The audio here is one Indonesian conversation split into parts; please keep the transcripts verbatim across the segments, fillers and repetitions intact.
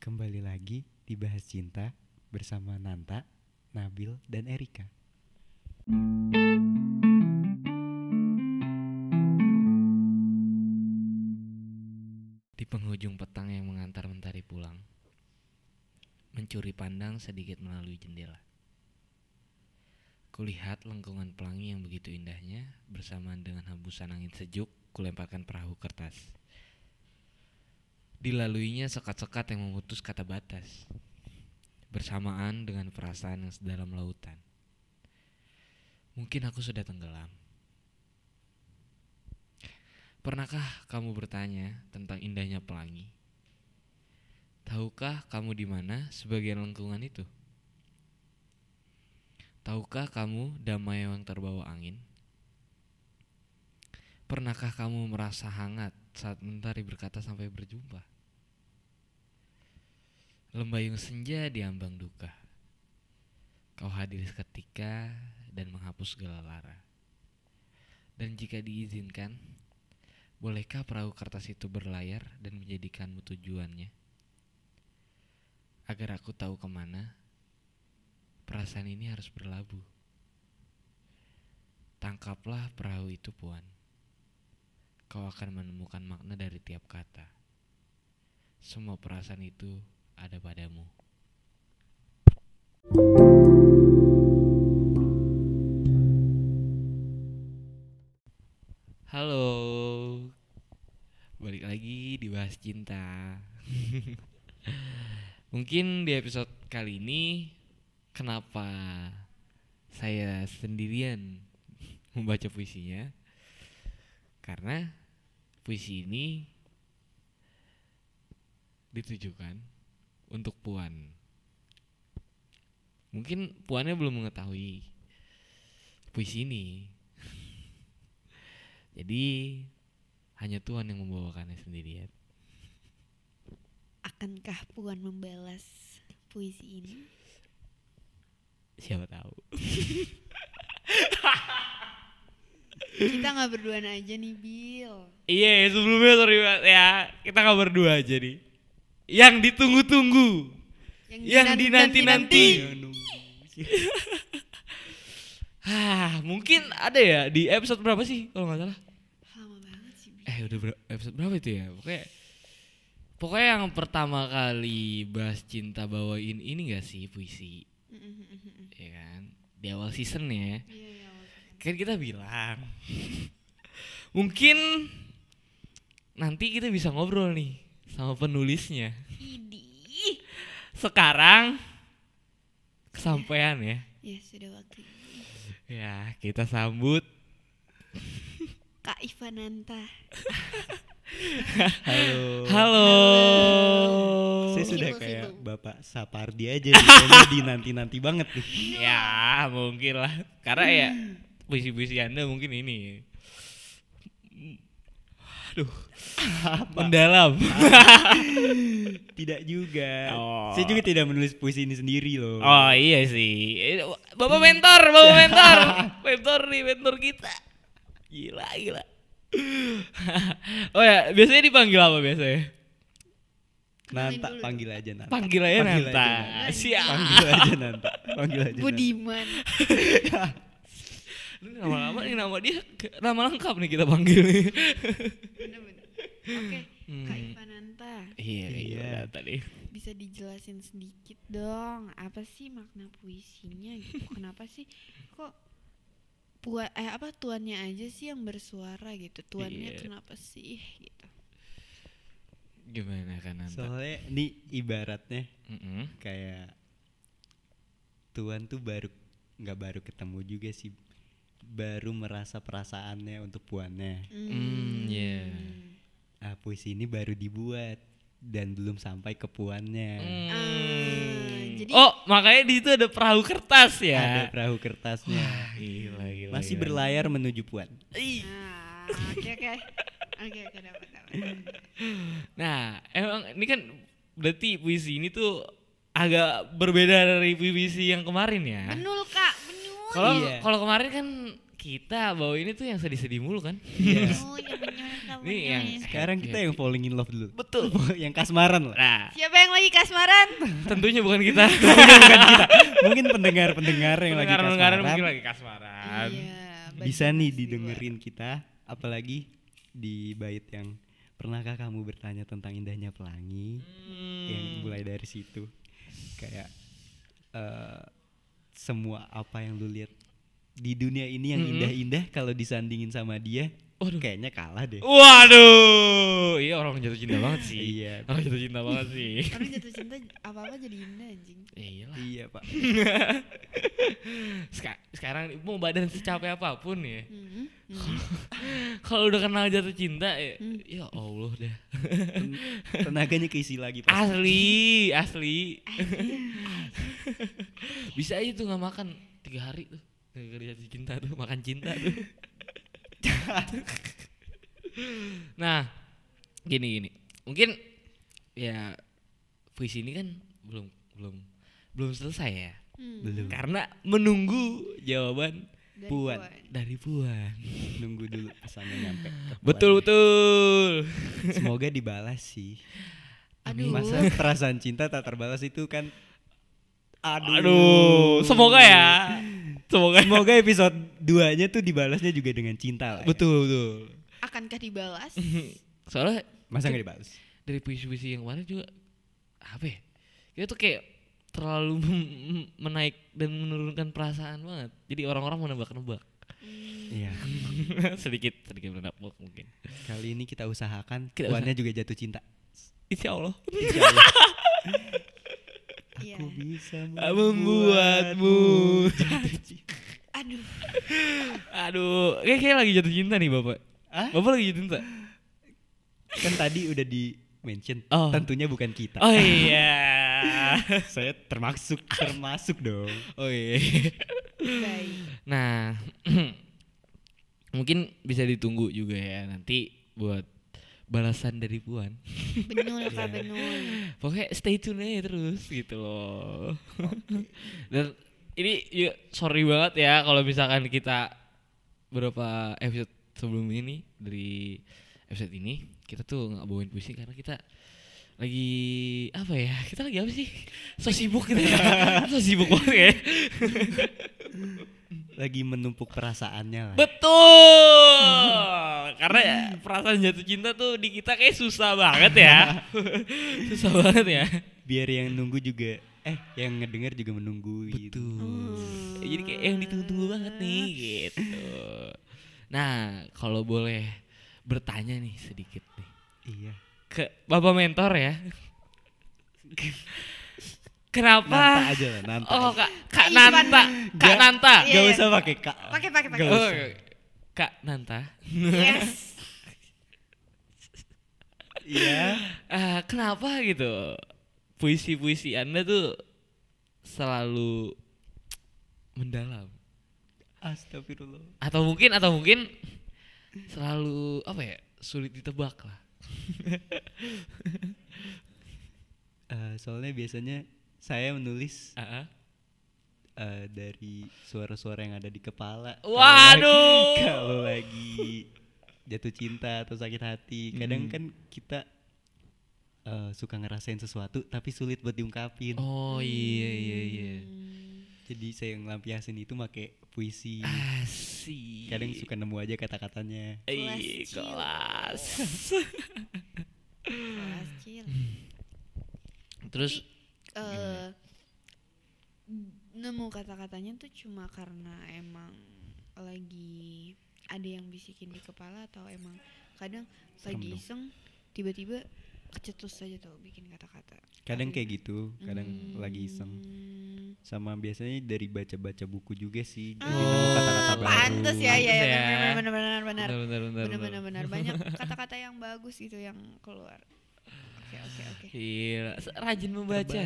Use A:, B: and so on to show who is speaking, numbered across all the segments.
A: Kembali lagi di Bahas Cinta bersama Nanta, Nabil, dan Erika.
B: Di penghujung petang yang mengantar mentari pulang, mencuri pandang sedikit melalui jendela. Kulihat lengkungan pelangi yang begitu indahnya bersamaan dengan hembusan angin sejuk kulemparkan perahu kertas. Dilaluinya sekat-sekat yang memutus kata batas, bersamaan dengan perasaan yang sedalam lautan. Mungkin aku sudah tenggelam. Pernahkah kamu bertanya tentang indahnya pelangi? Tahukah kamu di mana sebagian lengkungan itu? Tahukah kamu damai yang terbawa angin? Pernahkah kamu merasa hangat saat mentari berkata sampai berjumpa? Lembayung senja di ambang duka, kau hadir seketika dan menghapus segala lara. Dan jika diizinkan, bolehkah perahu kertas itu berlayar dan menjadikanmu tujuannya? Agar aku tahu kemana perasaan ini harus berlabuh. Tangkaplah perahu itu, Puan. Kau akan menemukan makna dari tiap kata. Semua perasaan itu ada padamu. Halo, balik lagi di Bahas Cinta. Mungkin di episode kali ini, kenapa saya sendirian membaca puisinya? Karena puisi ini ditujukan untuk Puan. Mungkin Puannya belum mengetahui puisi ini. Jadi hanya Tuhan yang membawakannya sendirian.
C: Akankah Puan membalas puisi ini?
B: Siapa tahu.
C: Kita gak berduaan aja nih, Bil.
B: Iya, sebelumnya sorry banget ya, kita gak berdua aja nih. Yang ditunggu-tunggu,
C: Yang,
B: yang dinanti-nanti.
C: dinanti-nanti.
B: Hah, mungkin ada ya di episode berapa sih kalau nggak salah?
C: Lama banget sih, Bil.
B: Eh udah ber- episode berapa itu ya? Pokoknya, pokoknya yang pertama kali Bahas Cinta bawain ini gak sih puisi, ya kan? Di awal season ya.
C: Iya, iya.
B: Kan kita bilang mungkin nanti kita bisa ngobrol nih sama penulisnya.
C: Idih.
B: Sekarang kesampaian ya.
C: Ya sudah waktunya.
B: Ya kita sambut
C: Kak Ivananta.
A: Halo.
B: Halo.
A: Saya sudah
C: Sibu,
A: kayak
C: sibu.
A: Bapak Sapardi aja nih, kayaknya dinanti-nanti banget nih.
B: Ya mungkin lah, karena ya puisi-puisi Anda mungkin ini, aduh, mendalam.
A: Tidak juga.
B: Oh.
A: Saya juga tidak menulis puisi ini sendiri loh.
B: Oh iya sih, Eh, Bapak mentor, Bapak mentor, mentor nih, mentor kita. Gila, gila. Oh ya, biasanya dipanggil apa biasanya?
A: Nanta,
C: dulu.
A: panggil aja Nanta.
B: Panggil aja
A: Panggil
B: Nanta.
A: aja Nanta.
B: Siap.
A: Panggil aja Nanta. Panggil aja Nanta.
C: Budiman.
B: Ini lama-lama nih nama dia nama lengkap nih kita panggil nih.
C: Bener-bener. Oke,
B: Hmm.
C: Kak Ivananta.
B: Iya, iya,
A: Iya.
B: tadi.
C: Bisa dijelasin sedikit dong, apa sih makna puisinya gitu? Kenapa sih kok Pua, eh apa tuannya aja sih yang bersuara gitu? Tuannya
B: Iya.
C: kenapa sih gitu?
B: Gimana kan Nanta?
A: Soalnya ini ibaratnya
B: Mm-mm.
A: kayak Tuhan tuh baru nggak baru ketemu juga sih, baru merasa perasaannya untuk puannya.
B: Hmm, iya.
A: Ah, puisi ini baru dibuat dan belum sampai ke puannya.
B: Hmm.
C: Ah, jadi-
B: Oh, makanya di situ ada perahu kertas
A: Ada
B: ya.
A: perahu kertasnya.
B: Gila, gila.
A: Masih
B: gila.
A: berlayar menuju puan.
B: Ih.
C: Ah, oke oke. Oke oke dapat dapat.
B: Nah, emang ini kan berarti puisi ini tuh agak berbeda dari puisi yang kemarin ya.
C: Benul Kak, benul.
B: Kalau
A: Iya.
B: kalau kemarin kan kita bawa ini tuh yang sedih-sedih mulu kan.
A: Iya.
C: Benul ya benul. Kamu
B: Nih yang
C: nyanyi.
A: Sekarang kita yang falling in love dulu.
B: betul.
A: Yang kasmaran lah.
B: Nah,
C: Siapa yang lagi kasmaran?
B: tentunya bukan kita.
A: Bukan kita. Mungkin pendengar-pendengar yang lagi
B: Pendengar-pendengar
A: kasmaran
B: mungkin lagi kasmaran.
C: Iya.
A: bisa
C: bagi
A: nih
C: mas
A: didengerin kita, apalagi di bait yang pernahkah kamu bertanya tentang indahnya pelangi,
B: Hmm.
A: yang mulai dari situ kayak eh, semua apa yang lu lihat di dunia ini yang
B: Mm-mm.
A: indah-indah kalau disandingin sama dia,
B: Waduh.
A: kayaknya kalah deh.
B: Waduh, iya orang jatuh cinta banget sih.
A: Iya.
B: Orang jatuh cinta banget sih.
C: Orang jatuh cinta apa-apa jadi indah anjing.
B: Ya iyalah.
A: Iya pak.
B: Seka- sekarang mau badan secapek apapun ya,
C: Mhm, mhm.
B: kalau udah kenal jatuh cinta ya,
C: Hmm.
B: ya Allah dah.
A: Ten- Tenaganya keisi lagi pasti.
B: Asli, asli. Bisa aja tuh nggak makan tiga hari tuh. Gara-gara jatuh cinta tuh, makan cinta tuh. Nah, gini gini. Mungkin ya puisi ini kan belum belum belum selesai ya.
C: Hmm.
A: Belum.
B: Karena menunggu jawaban
C: Dari
A: Puan.
C: Puan.
B: dari Puan.
A: Nunggu dulu pesannya nyampe. ke
B: Betul
A: Puan.
B: betul.
A: Semoga dibalas sih.
C: Aduh.
A: Masa perasaan cinta tak terbalas itu kan. Aduh.
B: Aduh, semoga ya. Semoga.
A: Semoga episode dua-nya tuh dibalasnya juga dengan cinta lah. ya.
B: Betul betul.
C: Akankah dibalas?
B: Soalnya
A: Masa nggak dibalas?
B: dari puisi-puisi yang kemarin juga apa ya? Kita tuh kayak terlalu mem- menaik dan menurunkan perasaan banget. Jadi orang-orang menebak-nebak.
C: Hmm.
A: Iya.
B: sedikit sedikit menebak mungkin.
A: Kali ini kita usahakan
B: Kita
A: Puannya juga jatuh cinta.
B: Insya Allah.
A: Insya Allah.
C: Iya.
A: Aku bisa
B: Membuatmu
A: jatuh cinta.
C: Aduh.
B: Aduh, kayak, kayak lagi jatuh cinta nih bapak.
A: Hah?
B: Bapak lagi jatuh cinta.
A: Kan tadi udah di mention.
B: Oh.
A: Tentunya bukan kita.
B: Oh iya.
A: Saya termasuk termasuk dong.
B: Oh iya.
C: Baik.
B: Nah, mungkin bisa ditunggu juga ya nanti buat balasan dari Puan.
C: Benul kak
A: Iya.
C: benul.
B: Pokoknya stay tune aja terus gitu loh. Dan ini ya, sorry banget ya kalau misalkan kita beberapa episode sebelum ini dari episode ini kita tuh nggak bawain puisi karena kita lagi apa ya? Kita lagi apa sih? So sibuk gitu ya. So sibuk banget ya.
A: Lagi menumpuk perasaannya lah.
B: Betul. Karena ya, perasaan jatuh cinta tuh di kita kayak susah banget ya. Susah banget ya.
A: Biar yang nunggu juga eh yang ngedenger juga menunggu gitu.
C: Hmm.
B: Jadi kayak yang ditunggu-tunggu banget nih gitu. Nah, kalau boleh bertanya nih sedikit nih
A: Iya.
B: ke Bapak mentor ya. Kenapa?
A: Nanta aja lah, Nanta.
B: Oh, Kak, Kak
C: Kak Ivan.
B: Nanta, Kak
A: Gak-
B: Nanta.
C: Iya,
A: Gak
C: iya.
A: usah pakai kak.
C: Pakai pakai pakai.
A: Gak
B: Oh,
A: usah.
B: Kak Nanta.
C: Yes.
A: Iya.
B: Ah, kenapa gitu? Puisi-puisi Anda tuh selalu mendalam.
A: Astagfirullah.
B: Atau mungkin atau mungkin selalu apa ya? Sulit ditebak lah.
A: Eh, soalnya biasanya saya menulis
B: Ah, ah.
A: eh, dari suara-suara yang ada di kepala.
B: Waduh.
A: Kalau lagi jatuh cinta atau sakit hati, kadang
B: Hmm.
A: kan kita eh, suka ngerasain sesuatu tapi sulit buat diungkapin.
B: Oh iya iya iya.
A: Jadi saya ngelampiasin itu pakai puisi.
B: Asik.
A: Kadang suka nemu aja kata-katanya.
B: Ih,
C: Kelas chill.
B: kelas.
C: Kelas chill.
B: Terus
C: eh nemu kata-katanya tuh cuma karena emang lagi ada yang bisikin di kepala atau emang kadang
A: Serem
C: lagi
A: dong.
C: iseng tiba-tiba kecetus aja tuh bikin kata-kata.
A: Kadang
C: Tapi-
A: kayak gitu, kadang
C: Hmm.
A: lagi iseng. Sama biasanya dari baca-baca buku juga sih. Jadi
C: Oh,
A: nemu kata-kata baru.
C: pantes ya, ya,
B: Pantes
C: ya,
B: ya.
C: benar, benar, benar, benar,
B: benar benar benar.
C: benar, benar, benar, banyak kata-kata yang bagus gitu yang keluar. Oke, oke, oke.
B: Iya, rajin membaca.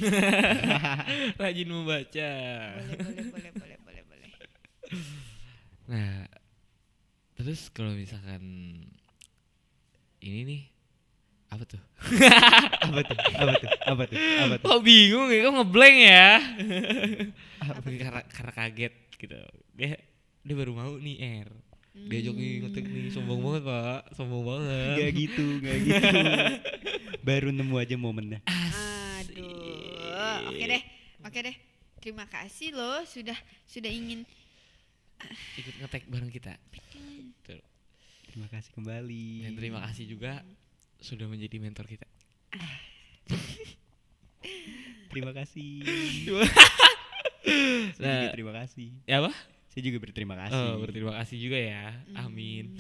B: Rajin membaca.
C: Boleh, boleh, boleh, boleh, boleh, boleh.
B: Nah, terus kalau misalkan ini nih apa tuh?
A: Apa tuh? Apa tuh? Apa tuh? Apa tuh?
B: Kok bingung ya? Kok ngeblank ya?
C: Apa tuh?
B: karena, karena kaget gitu. Dia dia baru mau nih R. diajak nih ngetik nih, sombong banget pak, sombong banget.
A: Gak gitu, gak gitu. Baru nemu aja momennya.
C: Aduh. Oke deh. Oke deh. Terima kasih loh sudah sudah ingin
B: Ikut ngetek bareng kita. Tuh.
A: Terima kasih kembali.
B: Dan terima kasih juga sudah menjadi mentor kita.
A: Terima kasih. Saya
B: Nah,
A: juga terima kasih.
B: Ya apa?
A: Saya juga berterima kasih.
B: Oh, berterima kasih juga ya. Amin.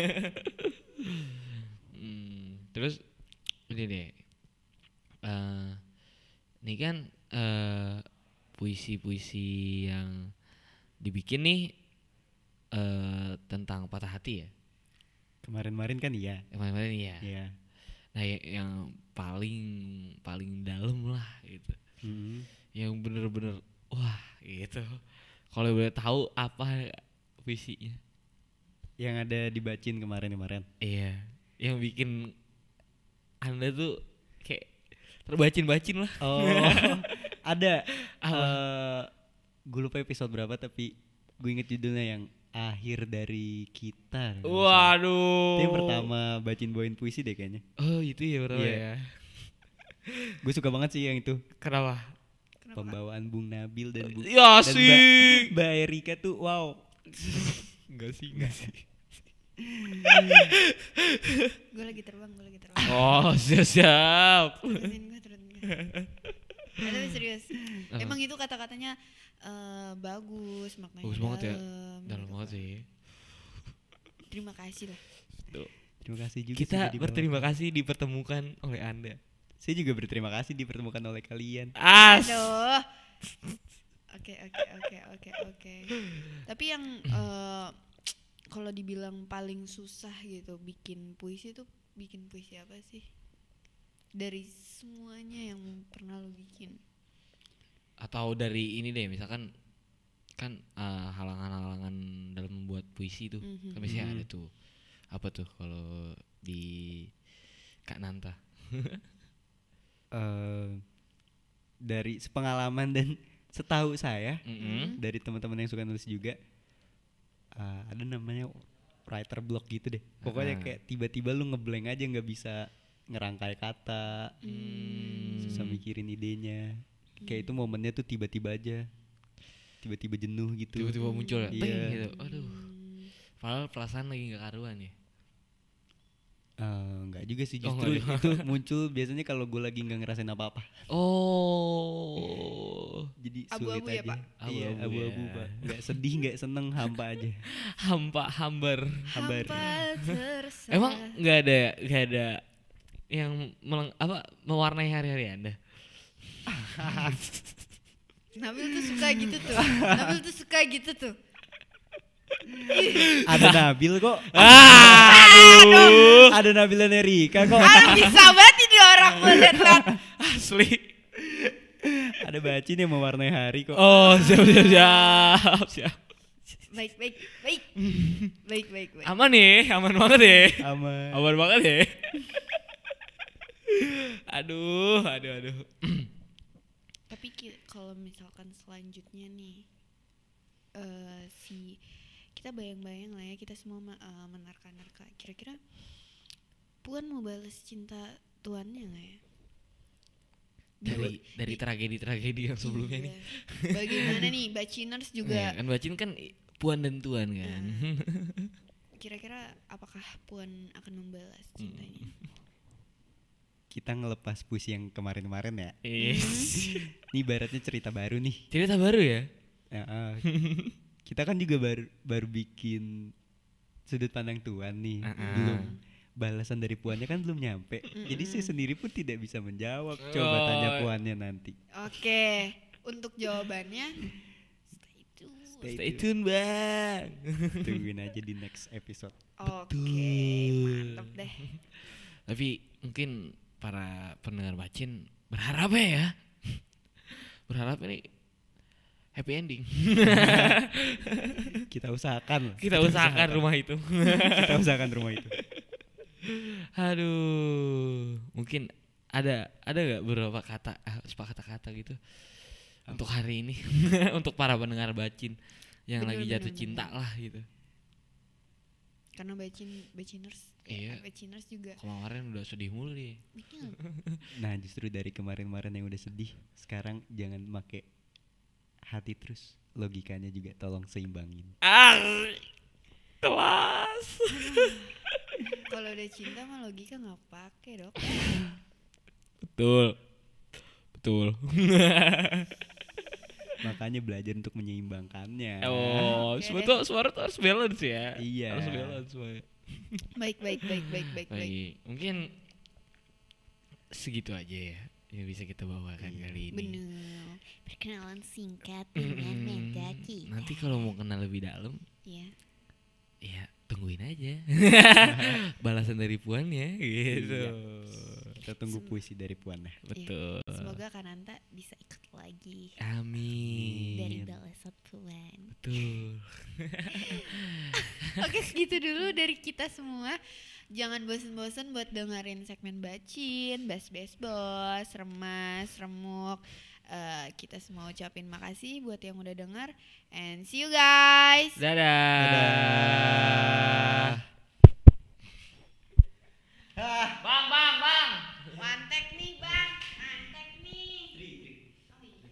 B: Hmm, terus ini deh. Eh, ini kan eh, puisi-puisi yang dibikin nih eh, tentang patah hati ya.
A: Kemarin-kemarin kan iya.
B: Kemarin-kemarin ya.
A: Iya.
B: Nah, yang, yang paling paling dalam lah gitu.
A: Mm-hmm.
B: Yang bener-bener wah gitu. Kalau boleh tahu apa puisinya?
A: Yang ada dibacain kemarin-kemarin.
B: Iya, yang bikin Anda tuh kayak terbacin-bacin lah.
A: Oh, ada.
B: Apa?
A: Uh, gue lupa episode berapa tapi gue inget judulnya yang akhir dari kita.
B: Waduh.
A: Itu yang pertama bacain bawain puisi deh kayaknya.
B: Oh itu ya pertama
A: Iya.
B: ya.
A: Gue suka banget sih yang itu.
B: Kenapa?
A: Pembawaan Bung Nabil dan Bu
B: Ya
A: dan
B: sih.
A: Mbak, Mbak Erika tuh wow.
B: Enggak sih, enggak sih.
C: gue lagi terbang, gue lagi terbang.
B: Oh, siap-siap.
C: Turunin gue, turunin gue. Eh, tapi serius.
B: Apa?
C: Emang itu kata-katanya eh, bagus, maknanya
B: Bagus banget ya.
C: dalam,
B: Dalam
C: gitu.
B: banget sih.
C: Terima kasih lah.
B: Tuh.
A: Terima kasih juga
B: Kita
A: sudah dibawakan.
B: berterima kasih dipertemukan oleh Anda.
A: Saya juga berterima kasih dipertemukan oleh kalian.
B: As.
C: Aduh. Oke, oke, oke, oke, oke. Tapi yang eh, kalau dibilang paling susah gitu bikin puisi tuh bikin puisi apa sih? Dari semuanya yang pernah lo bikin.
B: Atau dari ini deh, misalkan kan eh, halangan-halangan dalam membuat puisi tuh.
C: Mhm.
B: Kan biasanya
A: Mhm.
B: ada tuh. Apa tuh kalau di Kak Nanta?
A: Eh, dari sepengalaman dan setahu saya
B: Mm-mm.
A: dari teman-teman yang suka nulis juga eh, ada namanya writer block gitu deh. Pokoknya
B: Ah.
A: kayak tiba-tiba lu ngeblank aja nggak bisa ngerangkai kata,
B: Hmm.
A: susah mikirin idenya. Kayak itu momennya tuh tiba-tiba aja, tiba-tiba jenuh gitu.
B: Tiba-tiba muncul ya,
A: Iya.
B: ting gitu. Aduh.
C: Hmm.
B: Padahal perasaan lagi nggak karuan ya.
A: Eh, nggak juga sih,
B: Oh,
A: justru
B: nggak juga.
A: itu muncul biasanya kalau gue lagi nggak ngerasain apa-apa.
B: Oh.
A: Jadi
C: Abu-abu
A: sulit
C: ya,
A: aja.
C: Pak?
A: Iya,
B: Abu-abu
A: abu-abu
B: ya.
A: Pak. Nggak sedih, nggak seneng, hampa aja.
B: Hampa hambar.
A: Hambar.
C: Hampa tersa.
B: Emang nggak ada nggak ada yang meleng, apa mewarnai hari-hari Anda?
C: Nabil tuh suka gitu tuh. Nabil tuh suka gitu tuh.
A: Ada Nabil kok.
B: Aduh.
A: Ada Nabil dan Erika kok.
C: Ah, bisa banget ini orang melihat.
B: Asli.
A: Ada bacin yang mewarnai hari kok.
B: Oh, siap siap siap. siap.
C: Baik, baik, baik. Baik, baik, baik.
B: Aman nih, aman banget ya.
A: Aman.
B: Aman banget ya. Aduh, aduh, aduh.
C: Tapi ki- kalau misalkan selanjutnya nih eh si kita bayang-bayang lah ya, kita semua ma- eh, menerka-nerka. Kira-kira Puan mau balas cinta tuannya nggak ya?
B: Dari dari tragedi-tragedi yang sebelumnya
C: Iya.
B: nih.
C: Bagaimana nih Baciners
B: Iya,
C: juga?
B: kan Bacin kan puan dan tuan kan.
C: Kira-kira apakah Puan akan membalas
B: Hmm.
C: cintanya?
A: Kita ngelepas puisi yang kemarin-kemarin ya.
B: Yes.
A: Ini ibaratnya cerita baru nih.
B: Cerita baru ya?
A: Ya, ah. Kita kan juga baru baru bikin sudut pandang tuan nih.
B: Ah, ah.
A: Belum balasan dari puannya kan belum nyampe. Jadi saya sendiri pun tidak bisa menjawab. Coba
B: Oh.
A: tanya puannya nanti.
C: Oke, untuk jawabannya stay tune.
A: Stay
B: Stay
A: tune.
B: tune, Bang.
A: Tungguin aja di next episode.
C: Oke,
B: Betul.
C: mantap deh.
B: Tapi mungkin para pendengar Bacin berharap ya. Berharap ini happy ending.
A: Kita usahakan. lah.
B: Kita usahakan rumah itu.
A: Kita usahakan rumah itu.
B: Aduh, mungkin ada ada nggak beberapa kata ah, sepakat kata gitu untuk hari ini untuk para pendengar Bacin yang
C: Bener,
B: lagi jatuh
C: bener,
B: cinta
C: bener.
B: lah gitu.
C: Karena bacin baciners,
B: Iya.
C: ya, baciners juga.
B: Kemarin udah sedih mulu dia.
C: Iya.
A: Nah justru dari kemarin-kemarin yang udah sedih, sekarang jangan make hati terus, logikanya juga tolong seimbangin.
B: Ah, kelas.
C: Kalau udah cinta mah logika nggak pakai dok.
B: Betul, betul.
A: Makanya belajar untuk menyeimbangkannya.
B: Oh,
C: Oke
B: semua
C: deh.
B: tuh suara tuh harus balance ya.
A: Iya.
B: Harus balance semuanya.
C: Baik baik baik baik baik baik.
B: Baik, mungkin segitu aja ya yang bisa kita bawakan
A: Iya.
B: kali ini.
C: Bener. Perkenalan singkat dengan
B: Mm-mm.
C: Mega kita.
B: Nanti kalau mau kenal lebih dalam,
C: Ya.
B: ya tungguin aja balasan dari puannya gitu.
A: Iya. Kita tunggu
C: Sem-
A: puisi dari Puan ya.
B: Betul.
C: Semoga Kananta bisa ikut lagi
B: Amin.
C: dari balasan Puan.
B: Betul.
C: Oke segitu dulu dari kita semua. Jangan bosen-bosen buat dengerin segmen bacin, bas-bas bos, remas, remuk. Eh, kita semua ucapin makasih buat yang udah denger. And see you guys.
B: Dadah.
A: Dadah.